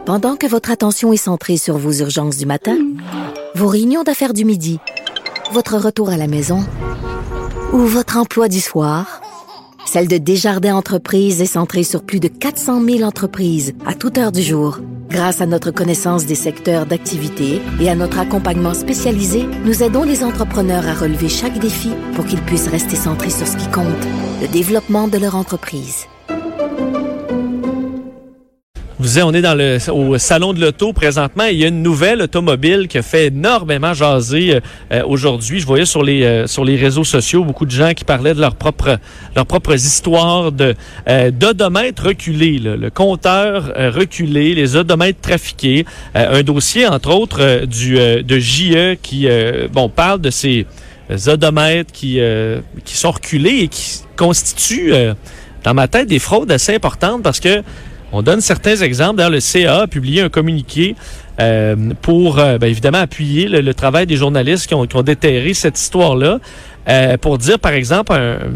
Pendant que votre attention est centrée sur vos urgences du matin, vos réunions d'affaires du midi, votre retour à la maison ou votre emploi du soir, celle de Desjardins Entreprises est centrée sur plus de 400 000 entreprises à toute heure du jour. Grâce à notre connaissance des secteurs d'activité et à notre accompagnement spécialisé, nous aidons les entrepreneurs à relever chaque défi pour qu'ils puissent rester centrés sur ce qui compte, le développement de leur entreprise. On est au Salon de l'Auto présentement et il y a une nouvelle automobile qui a fait énormément jaser aujourd'hui. Je voyais sur les réseaux sociaux beaucoup de gens qui parlaient de leurs propres histoires d'odomètres reculés, le compteur reculé, les odomètres trafiqués. Un dossier, entre autres, de JE qui parle de ces odomètres qui sont reculés et qui constituent, dans ma tête, des fraudes assez importantes parce que on donne certains exemples. D'ailleurs, le CA a publié un communiqué pour, évidemment, appuyer le travail des journalistes qui ont déterré cette histoire-là pour dire, par exemple,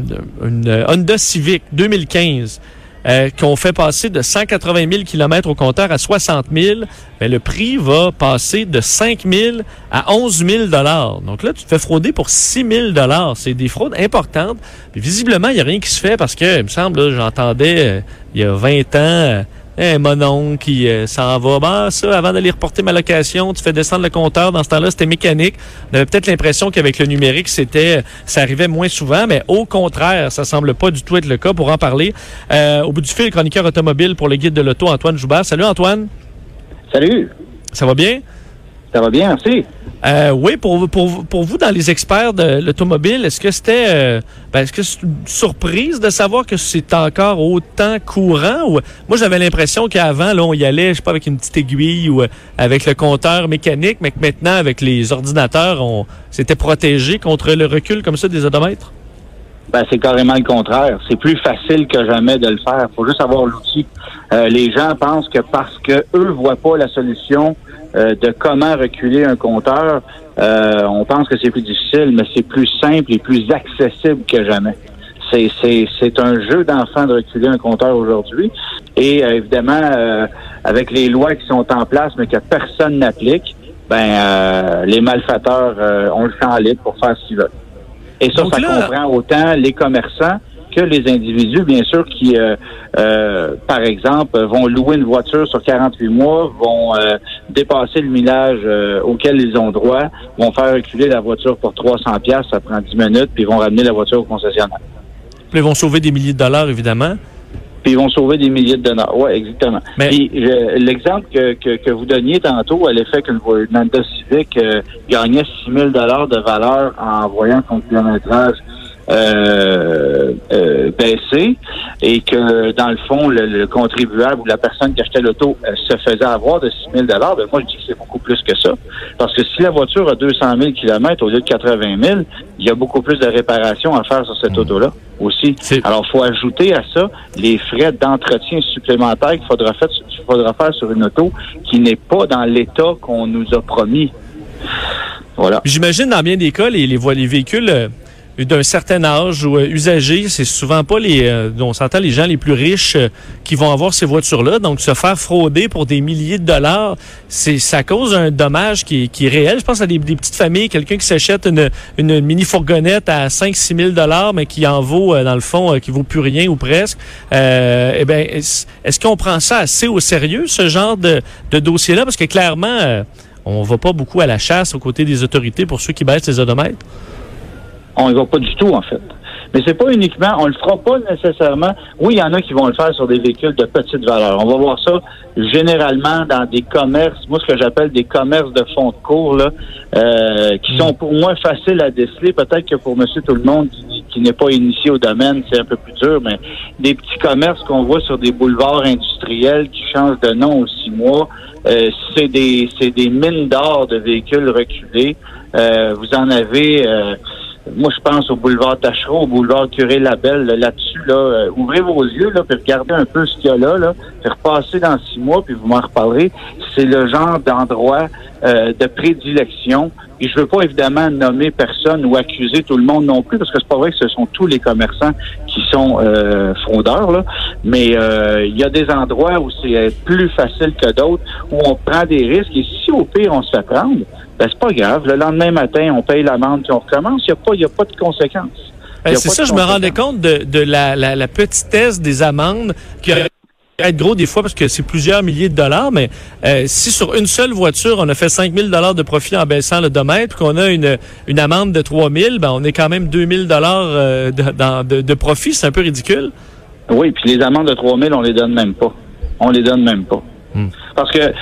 une Honda Civic 2015 qu'on fait passer de 180 000 km au compteur à 60 000, le prix va passer de 5 000 à 11 000 $. Donc là, tu te fais frauder pour 6 000 $. C'est des fraudes importantes. Puis visiblement, il n'y a rien qui se fait parce que, il me semble, là, j'entendais il y a 20 ans... mon oncle qui s'en va. Ça, avant d'aller reporter ma location, tu fais descendre le compteur. Dans ce temps-là, c'était mécanique. On avait peut-être l'impression qu'avec le numérique, ça arrivait moins souvent, mais au contraire, ça semble pas du tout être le cas. Pour en parler, au bout du fil, le chroniqueur automobile pour le Guide de l'auto, Antoine Joubert. Salut Antoine. Salut. Ça va bien? Ça va bien, merci. Oui, pour vous, dans les experts de l'automobile, est-ce que c'était est-ce que c'est une surprise de savoir que c'est encore autant courant? Ou moi, j'avais l'impression qu'avant, là, on y allait, je sais pas, avec une petite aiguille ou avec le compteur mécanique, mais que maintenant, avec les ordinateurs, on s'était protégé contre le recul comme ça des odomètres? C'est carrément le contraire. C'est plus facile que jamais de le faire. Faut juste avoir l'outil. Les gens pensent que parce que eux voient pas la solution de comment reculer un compteur, on pense que c'est plus difficile, mais c'est plus simple et plus accessible que jamais. C'est un jeu d'enfant de reculer un compteur aujourd'hui. Et évidemment, avec les lois qui sont en place, mais que personne n'applique, les malfaiteurs ont le champ libre pour faire ce qu'ils veulent. Et ça, donc ça comprend autant les commerçants que les individus, bien sûr, qui, par exemple, vont louer une voiture sur 48 mois, vont dépasser le millage auquel ils ont droit, vont faire reculer la voiture pour 300 $, ça prend 10 minutes, puis ils vont ramener la voiture au concessionnaire. Puis ils vont sauver des milliers de dollars, évidemment. Puis ils vont sauver des milliers de dollars. Oui, exactement. Mais... Puis l'exemple que vous donniez tantôt, à l'effet qu'une Honda Civic gagnait 6 000 $ de valeur en voyant son kilométrage baisser et que, dans le fond, le contribuable ou la personne qui achetait l'auto se faisait avoir de 6 000 $, moi, je dis que c'est beaucoup plus que ça. Parce que si la voiture a 200 000 km au lieu de 80 000, il y a beaucoup plus de réparations à faire sur cette auto-là aussi. Alors, il faut ajouter à ça les frais d'entretien supplémentaires qu'il faudra faire sur une auto qui n'est pas dans l'état qu'on nous a promis. Voilà. J'imagine, dans bien des cas, les véhicules... d'un certain âge ou usagés, c'est souvent pas on s'entend les gens les plus riches qui vont avoir ces voitures-là. Donc, se faire frauder pour des milliers de dollars, ça cause un dommage qui est réel. Je pense à des petites familles, quelqu'un qui s'achète une mini-fourgonnette à 5-6 000 $, mais qui en vaut, dans le fond, qui vaut plus rien ou presque. Est-ce qu'on prend ça assez au sérieux, ce genre de dossier-là? Parce que clairement, on va pas beaucoup à la chasse aux côtés des autorités pour ceux qui baissent les odomètres. On y va pas du tout, en fait. Mais c'est pas uniquement, on le fera pas nécessairement. Oui, il y en a qui vont le faire sur des véhicules de petite valeur. On va voir ça généralement dans des commerces, moi ce que j'appelle des commerces de fond de cours, là, qui sont pour moi faciles à déceler. Peut-être que pour monsieur tout le monde qui n'est pas initié au domaine, c'est un peu plus dur, mais des petits commerces qu'on voit sur des boulevards industriels qui changent de nom aux 6 mois, c'est des mines d'or de véhicules reculés. Vous en avez... moi, je pense au boulevard Tachereau, au boulevard Curé-Labelle, là-dessus, là, ouvrez vos yeux, là, puis regardez un peu ce qu'il y a là, puis repassez dans 6 mois, puis vous m'en reparlerez. C'est le genre d'endroit de prédilection Et je veux pas évidemment nommer personne ou accuser tout le monde non plus, parce que c'est pas vrai que ce sont tous les commerçants qui sont fraudeurs, là. Mais il y a des endroits où c'est plus facile que d'autres, où on prend des risques. Et si au pire on se fait prendre, ben c'est pas grave. Le lendemain matin, on paye l'amende puis on recommence. Il y a pas de conséquences. C'est ça, je me rendais compte de la petitesse des amendes qui être gros des fois parce que c'est plusieurs milliers de dollars, mais si sur une seule voiture, on a fait 5 000 $ de profit en baissant l'odomètre, puis qu'on a une amende de 3 000, ben on est quand même 2 000 $ de profit. C'est un peu ridicule. Oui, puis les amendes de 3 000, on les donne même pas. Parce que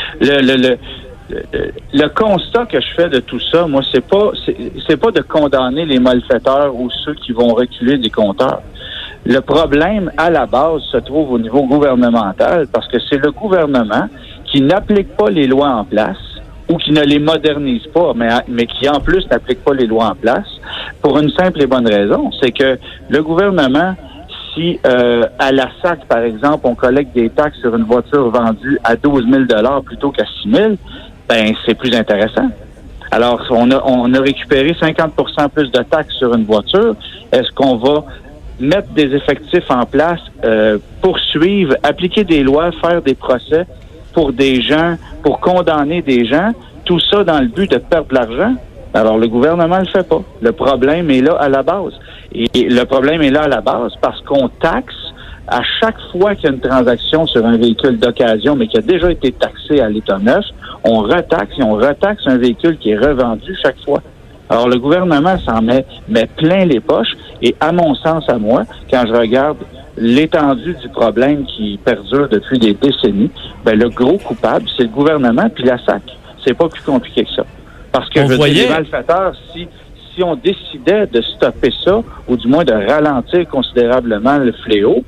le constat que je fais de tout ça, moi, c'est pas de condamner les malfaiteurs ou ceux qui vont reculer des compteurs. Le problème, à la base, se trouve au niveau gouvernemental, parce que c'est le gouvernement qui n'applique pas les lois en place ou qui ne les modernise pas, mais qui, en plus, n'applique pas les lois en place, pour une simple et bonne raison. C'est que le gouvernement, si à la SAC, par exemple, on collecte des taxes sur une voiture vendue à 12 000 $ plutôt qu'à 6 000, ben c'est plus intéressant. Alors, on a récupéré 50% plus de taxes sur une voiture. Est-ce qu'on va mettre des effectifs en place, poursuivre, appliquer des lois, faire des procès pour des gens, pour condamner des gens, tout ça dans le but de perdre de l'argent? Alors, le gouvernement ne le fait pas. Le problème est là à la base. Et le problème est là à la base parce qu'on taxe à chaque fois qu'il y a une transaction sur un véhicule d'occasion, mais qui a déjà été taxé à l'état neuf, on retaxe un véhicule qui est revendu chaque fois. Alors, le gouvernement s'en met plein les poches. Et à mon sens, à moi, quand je regarde l'étendue du problème qui perdure depuis des décennies, ben le gros coupable, c'est le gouvernement puis la SAC. C'est pas plus compliqué que ça. Parce que les malfaiteurs, si on décidait de stopper ça, ou du moins de ralentir considérablement le fléau,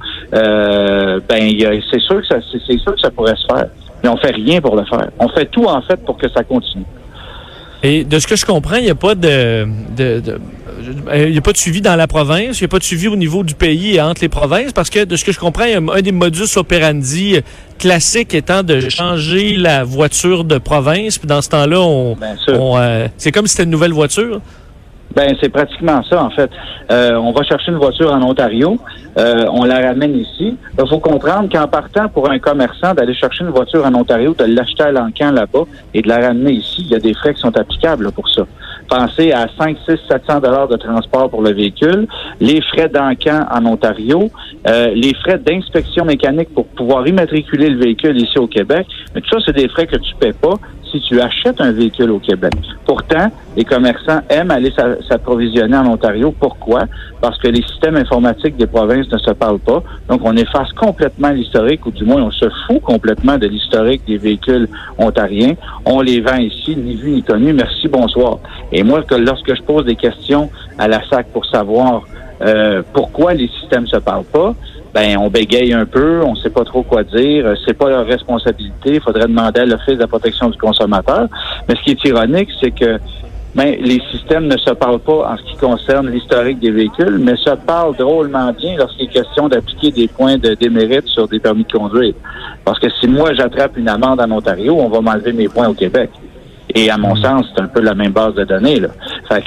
c'est sûr que ça pourrait se faire. Mais on fait rien pour le faire. On fait tout, en fait, pour que ça continue. Et de ce que je comprends, il n'y a pas de suivi dans la province, il n'y a pas de suivi au niveau du pays et entre les provinces, parce que de ce que je comprends, il y a un des modus operandi classiques étant de changer la voiture de province, puis dans ce temps-là, c'est comme si c'était une nouvelle voiture. Ben c'est pratiquement ça en fait. On va chercher une voiture en Ontario, on la ramène ici. Il faut comprendre qu'en partant pour un commerçant d'aller chercher une voiture en Ontario, de l'acheter à l'encan là-bas et de la ramener ici, il y a des frais qui sont applicables là, pour ça. Pensez à 5, 6, 700 $ de transport pour le véhicule, les frais d'encan en Ontario, les frais d'inspection mécanique pour pouvoir immatriculer le véhicule ici au Québec. Mais tout ça, c'est des frais que tu paies pas si tu achètes un véhicule au Québec. Pourtant, les commerçants aiment aller s'approvisionner en Ontario. Pourquoi? Parce que les systèmes informatiques des provinces ne se parlent pas. Donc, on efface complètement l'historique, ou du moins, on se fout complètement de l'historique des véhicules ontariens. On les vend ici, ni vu ni connu. Merci, bonsoir. Et moi, lorsque je pose des questions à la SAC pour savoir pourquoi les systèmes se parlent pas, ben on bégaye un peu, on sait pas trop quoi dire, c'est pas leur responsabilité, il faudrait demander à l'Office de la protection du consommateur. Mais ce qui est ironique, c'est que les systèmes ne se parlent pas en ce qui concerne l'historique des véhicules, mais se parlent drôlement bien lorsqu'il est question d'appliquer des points de démérite sur des permis de conduire. Parce que si moi j'attrape une amende en Ontario, on va m'enlever mes points au Québec. Et à mon sens, c'est un peu la même base de données, là. Fait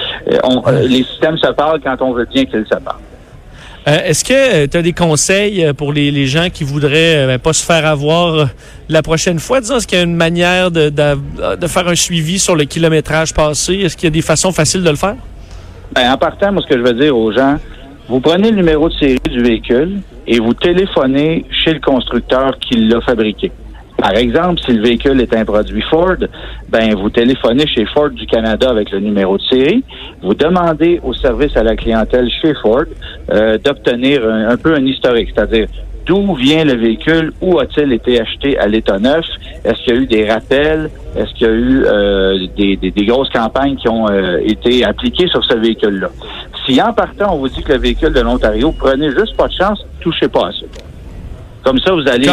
que les systèmes se parlent quand on veut bien qu'ils se parlent. Est-ce que tu as des conseils pour les gens qui voudraient pas se faire avoir la prochaine fois? Disons, est-ce qu'il y a une manière de faire un suivi sur le kilométrage passé? Est-ce qu'il y a des façons faciles de le faire? En partant, moi, ce que je veux dire aux gens, vous prenez le numéro de série du véhicule et vous téléphonez chez le constructeur qui l'a fabriqué. Par exemple, si le véhicule est un produit Ford, vous téléphonez chez Ford du Canada avec le numéro de série. Vous demandez au service à la clientèle chez Ford d'obtenir un peu un historique, c'est-à-dire d'où vient le véhicule, où a-t-il été acheté à l'état neuf, est-ce qu'il y a eu des rappels, est-ce qu'il y a eu des grosses campagnes qui ont été appliquées sur ce véhicule-là. Si en partant, on vous dit que le véhicule de l'Ontario, prenez juste pas de chance, touchez pas à ça. Comme ça, vous allez...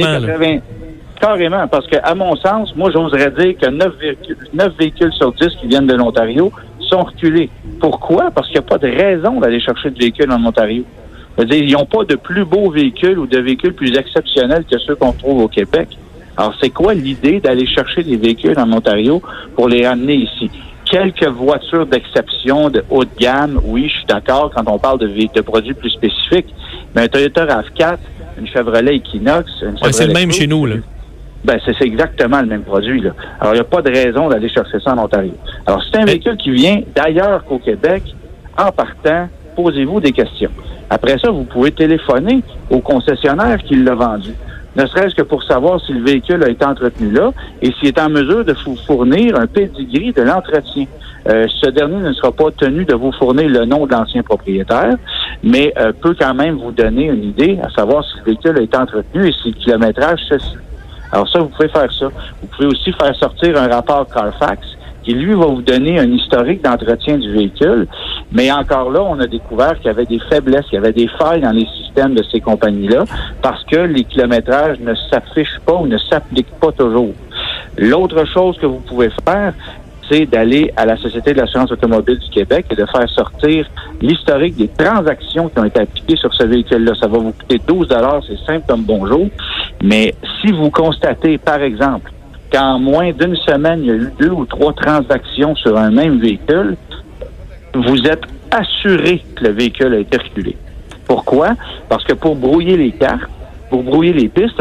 Carrément, parce que à mon sens, moi, j'oserais dire que 9 véhicules sur 10 qui viennent de l'Ontario sont reculés. Pourquoi? Parce qu'il n'y a pas de raison d'aller chercher de véhicules en Ontario. C'est-à-dire, ils n'ont pas de plus beaux véhicules ou de véhicules plus exceptionnels que ceux qu'on trouve au Québec. Alors, c'est quoi l'idée d'aller chercher des véhicules en Ontario pour les ramener ici? quelques voitures d'exception de haut de gamme, oui, je suis d'accord quand on parle de produits plus spécifiques, mais un Toyota RAV4, une Chevrolet Equinox, une Chevrolet c'est le même chez nous, là. Ben, c'est exactement le même produit, là. Alors, il n'y a pas de raison d'aller chercher ça en Ontario. Alors, c'est un véhicule qui vient d'ailleurs qu'au Québec. En partant, posez-vous des questions. Après ça, vous pouvez téléphoner au concessionnaire qui l'a vendu. Ne serait-ce que pour savoir si le véhicule a été entretenu là et s'il est en mesure de vous fournir un pédigree de l'entretien. Ce dernier ne sera pas tenu de vous fournir le nom de l'ancien propriétaire, mais peut quand même vous donner une idée à savoir si le véhicule a été entretenu et si le kilométrage se suit. Alors ça, vous pouvez faire ça. Vous pouvez aussi faire sortir un rapport Carfax qui, lui, va vous donner un historique d'entretien du véhicule. Mais encore là, on a découvert qu'il y avait des faiblesses, qu'il y avait des failles dans les systèmes de ces compagnies-là parce que les kilométrages ne s'affichent pas ou ne s'appliquent pas toujours. L'autre chose que vous pouvez faire, c'est d'aller à la Société de l'assurance automobile du Québec et de faire sortir l'historique des transactions qui ont été appliquées sur ce véhicule-là. Ça va vous coûter 12 $, c'est simple comme bonjour. Mais si vous constatez, par exemple, qu'en moins d'une semaine, il y a eu 2 ou 3 transactions sur un même véhicule, vous êtes assuré que le véhicule a été reculé. Pourquoi? Parce que pour brouiller les pistes,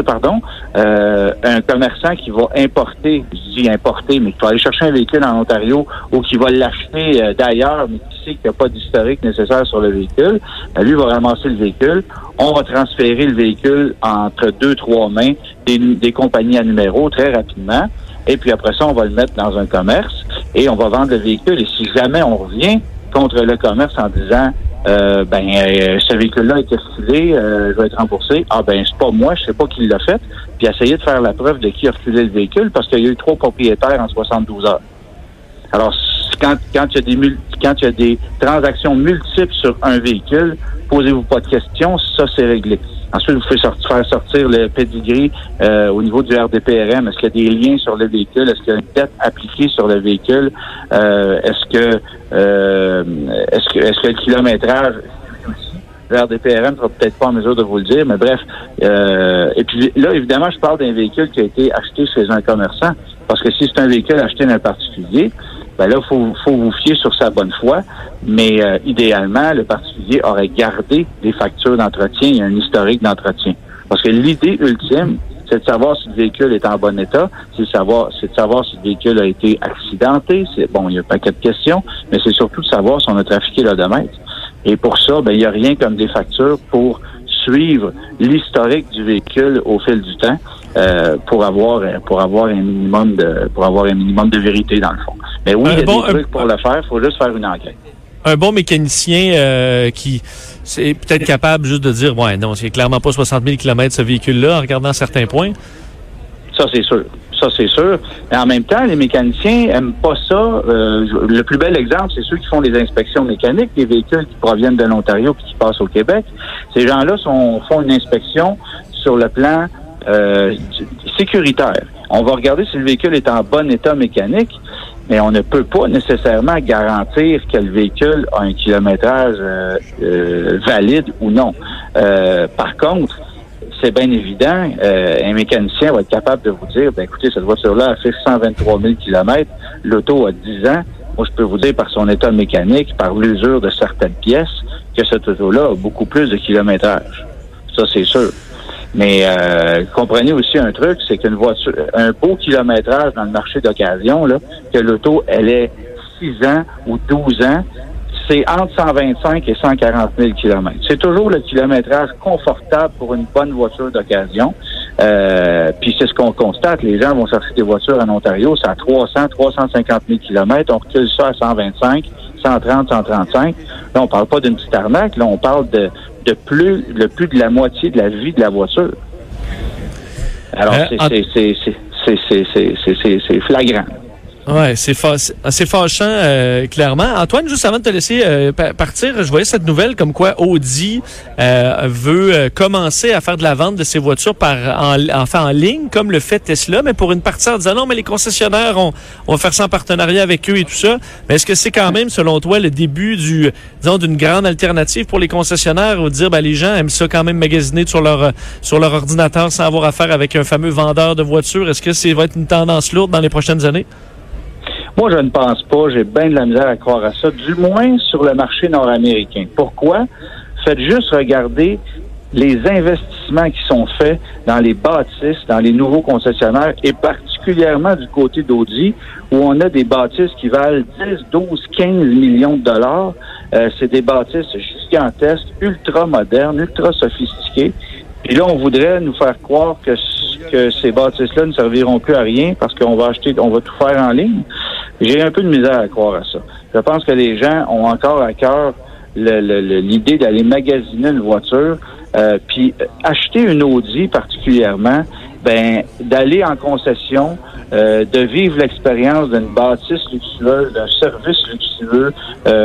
un commerçant qui va importer, je dis importer, mais qui va aller chercher un véhicule en Ontario ou qui va l'acheter d'ailleurs, mais qui sait qu'il n'y a pas d'historique nécessaire sur le véhicule, lui va ramasser le véhicule. On va transférer le véhicule entre 2-3 mains des compagnies à numéro très rapidement. Et puis après ça, on va le mettre dans un commerce et on va vendre le véhicule. Et si jamais on revient contre le commerce en disant ce véhicule-là a été reculé, je vais être remboursé. Ah ben c'est pas moi, je sais pas qui l'a fait. Puis essayer de faire la preuve de qui a reculé le véhicule parce qu'il y a eu 3 propriétaires en 72 heures. Alors quand il y a des transactions multiples sur un véhicule, posez-vous pas de questions, ça c'est réglé. Ensuite, vous pouvez faire sortir le pédigree au niveau du RDPRM. Est-ce qu'il y a des liens sur le véhicule? Est-ce qu'il y a une dette appliquée sur le véhicule? Est-ce que le kilométrage... Le RDPRM ne sera peut-être pas en mesure de vous le dire, mais bref. Et puis là, évidemment, je parle d'un véhicule qui a été acheté chez un commerçant. Parce que si c'est un véhicule acheté d'un particulier, ben là, faut vous fier sur sa bonne foi. Mais idéalement, le particulier aurait gardé des factures d'entretien et un historique d'entretien. Parce que l'idée ultime, c'est de savoir si le véhicule est en bon état, c'est de savoir si le véhicule a été accidenté. Il y a un paquet de questions, mais c'est surtout de savoir si on a trafiqué l'odomètre. Et pour ça, il n'y a rien comme des factures pour suivre l'historique du véhicule au fil du temps, pour avoir un minimum de vérité dans le fond. Mais oui, il y a des trucs pour le faire, il faut juste faire une enquête. Un bon mécanicien qui c'est peut-être capable juste de dire ouais, non, c'est clairement pas 60 000 km ce véhicule-là en regardant certains points. Ça, c'est sûr. Mais en même temps, les mécaniciens aiment pas ça. Le plus bel exemple, c'est ceux qui font les inspections mécaniques des véhicules qui proviennent de l'Ontario puis qui passent au Québec. Ces gens-là font une inspection sur le plan sécuritaire. On va regarder si le véhicule est en bon état mécanique, mais on ne peut pas nécessairement garantir que le véhicule a un kilométrage valide ou non. Par contre, c'est bien évident, un mécanicien va être capable de vous dire, écoutez, cette voiture-là a fait 123 000 km, l'auto a 10 ans. Moi, je peux vous dire par son état mécanique, par l'usure de certaines pièces, que cette auto-là a beaucoup plus de kilométrage. Ça, c'est sûr. Mais comprenez aussi un truc, c'est qu'une voiture, un beau kilométrage dans le marché d'occasion, là, que l'auto, elle est 6 ans ou 12 ans, c'est entre 125 et 140 000 km. C'est toujours le kilométrage confortable pour une bonne voiture d'occasion. Puis c'est ce qu'on constate. Les gens vont chercher des voitures en Ontario, c'est à 300, 350 000 km. On recule ça à 125, 130, 135. Là, on parle pas d'une petite arnaque. Là, on parle de plus de la moitié de la vie de la voiture. Alors, c'est flagrant. Ouais, c'est fâchant, clairement. Antoine, juste avant de te laisser partir, je voyais cette nouvelle comme quoi Audi veut commencer à faire de la vente de ses voitures en ligne, comme le fait Tesla, mais pour une partie en disant non, mais les concessionnaires, on va faire ça en partenariat avec eux et tout ça. Mais est-ce que c'est quand même, selon toi, le début d'une grande alternative pour les concessionnaires ou dire, les gens aiment ça quand même magasiner sur leur ordinateur sans avoir affaire avec un fameux vendeur de voitures? Est-ce que ça va être une tendance lourde dans les prochaines années? Moi, je ne pense pas. J'ai bien de la misère à croire à ça, du moins sur le marché nord-américain. Pourquoi? Faites juste regarder les investissements qui sont faits dans les bâtisses, dans les nouveaux concessionnaires, et particulièrement du côté d'Audi, où on a des bâtisses qui valent 10, 12, 15 millions de dollars. C'est des bâtisses gigantesques, ultra modernes, ultra sophistiquées. Et là, on voudrait nous faire croire que ces bâtisses-là ne serviront plus à rien parce qu'on va on va tout faire en ligne. J'ai un peu de misère à croire à ça. Je pense que les gens ont encore à cœur l'idée d'aller magasiner une voiture, puis acheter une Audi particulièrement, d'aller en concession, de vivre l'expérience d'une bâtisse luxueuse, d'un service luxueux,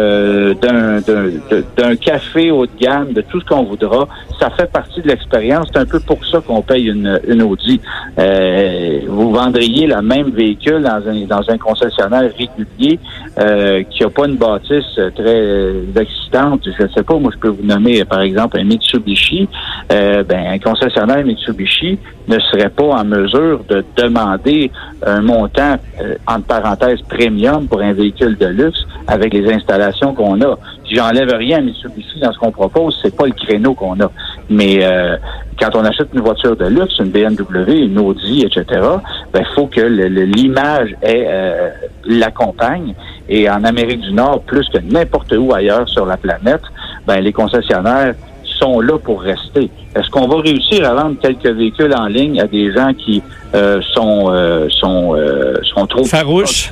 d'un café haut de gamme, de tout ce qu'on voudra. Ça fait partie de l'expérience. C'est un peu pour ça qu'on paye une Audi. Vous vendriez le même véhicule dans un concessionnaire régulier qui n'a pas une bâtisse très excitante. Je ne sais pas, moi je peux vous nommer par exemple un Mitsubishi. Un concessionnaire Mitsubishi ne serait pas en mesure de demander un montant, entre parenthèses, premium pour un véhicule de luxe avec les installations qu'on a. Si j'enlève rien à Mitsubishi dans ce qu'on propose, c'est pas le créneau qu'on a. Mais quand on achète une voiture de luxe, une BMW, une Audi, etc., faut que l'image l'accompagne. Et en Amérique du Nord, plus que n'importe où ailleurs sur la planète, les concessionnaires sont là pour rester. Est-ce qu'on va réussir à vendre quelques véhicules en ligne à des gens qui sont trop farouches?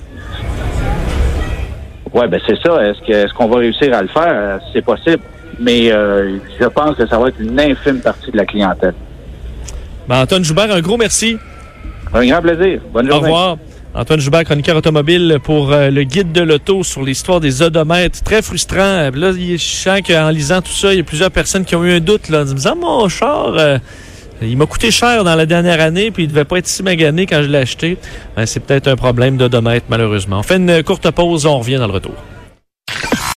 Ouais, c'est ça. Est-ce qu'on va réussir à le faire? C'est possible. Mais je pense que ça va être une infime partie de la clientèle. Antoine Joubert, un gros merci. Un grand plaisir. Bonne journée. Au revoir. Antoine Joubert, chroniqueur automobile pour le guide de l'auto sur l'histoire des odomètres. Très frustrant. Là, je sens qu'en lisant tout ça, il y a plusieurs personnes qui ont eu un doute là, en disant mon char, il m'a coûté cher dans la dernière année, puis il devait pas être si magané quand je l'ai acheté. C'est peut-être un problème d'odomètre, malheureusement. On fait une courte pause, on revient dans le retour.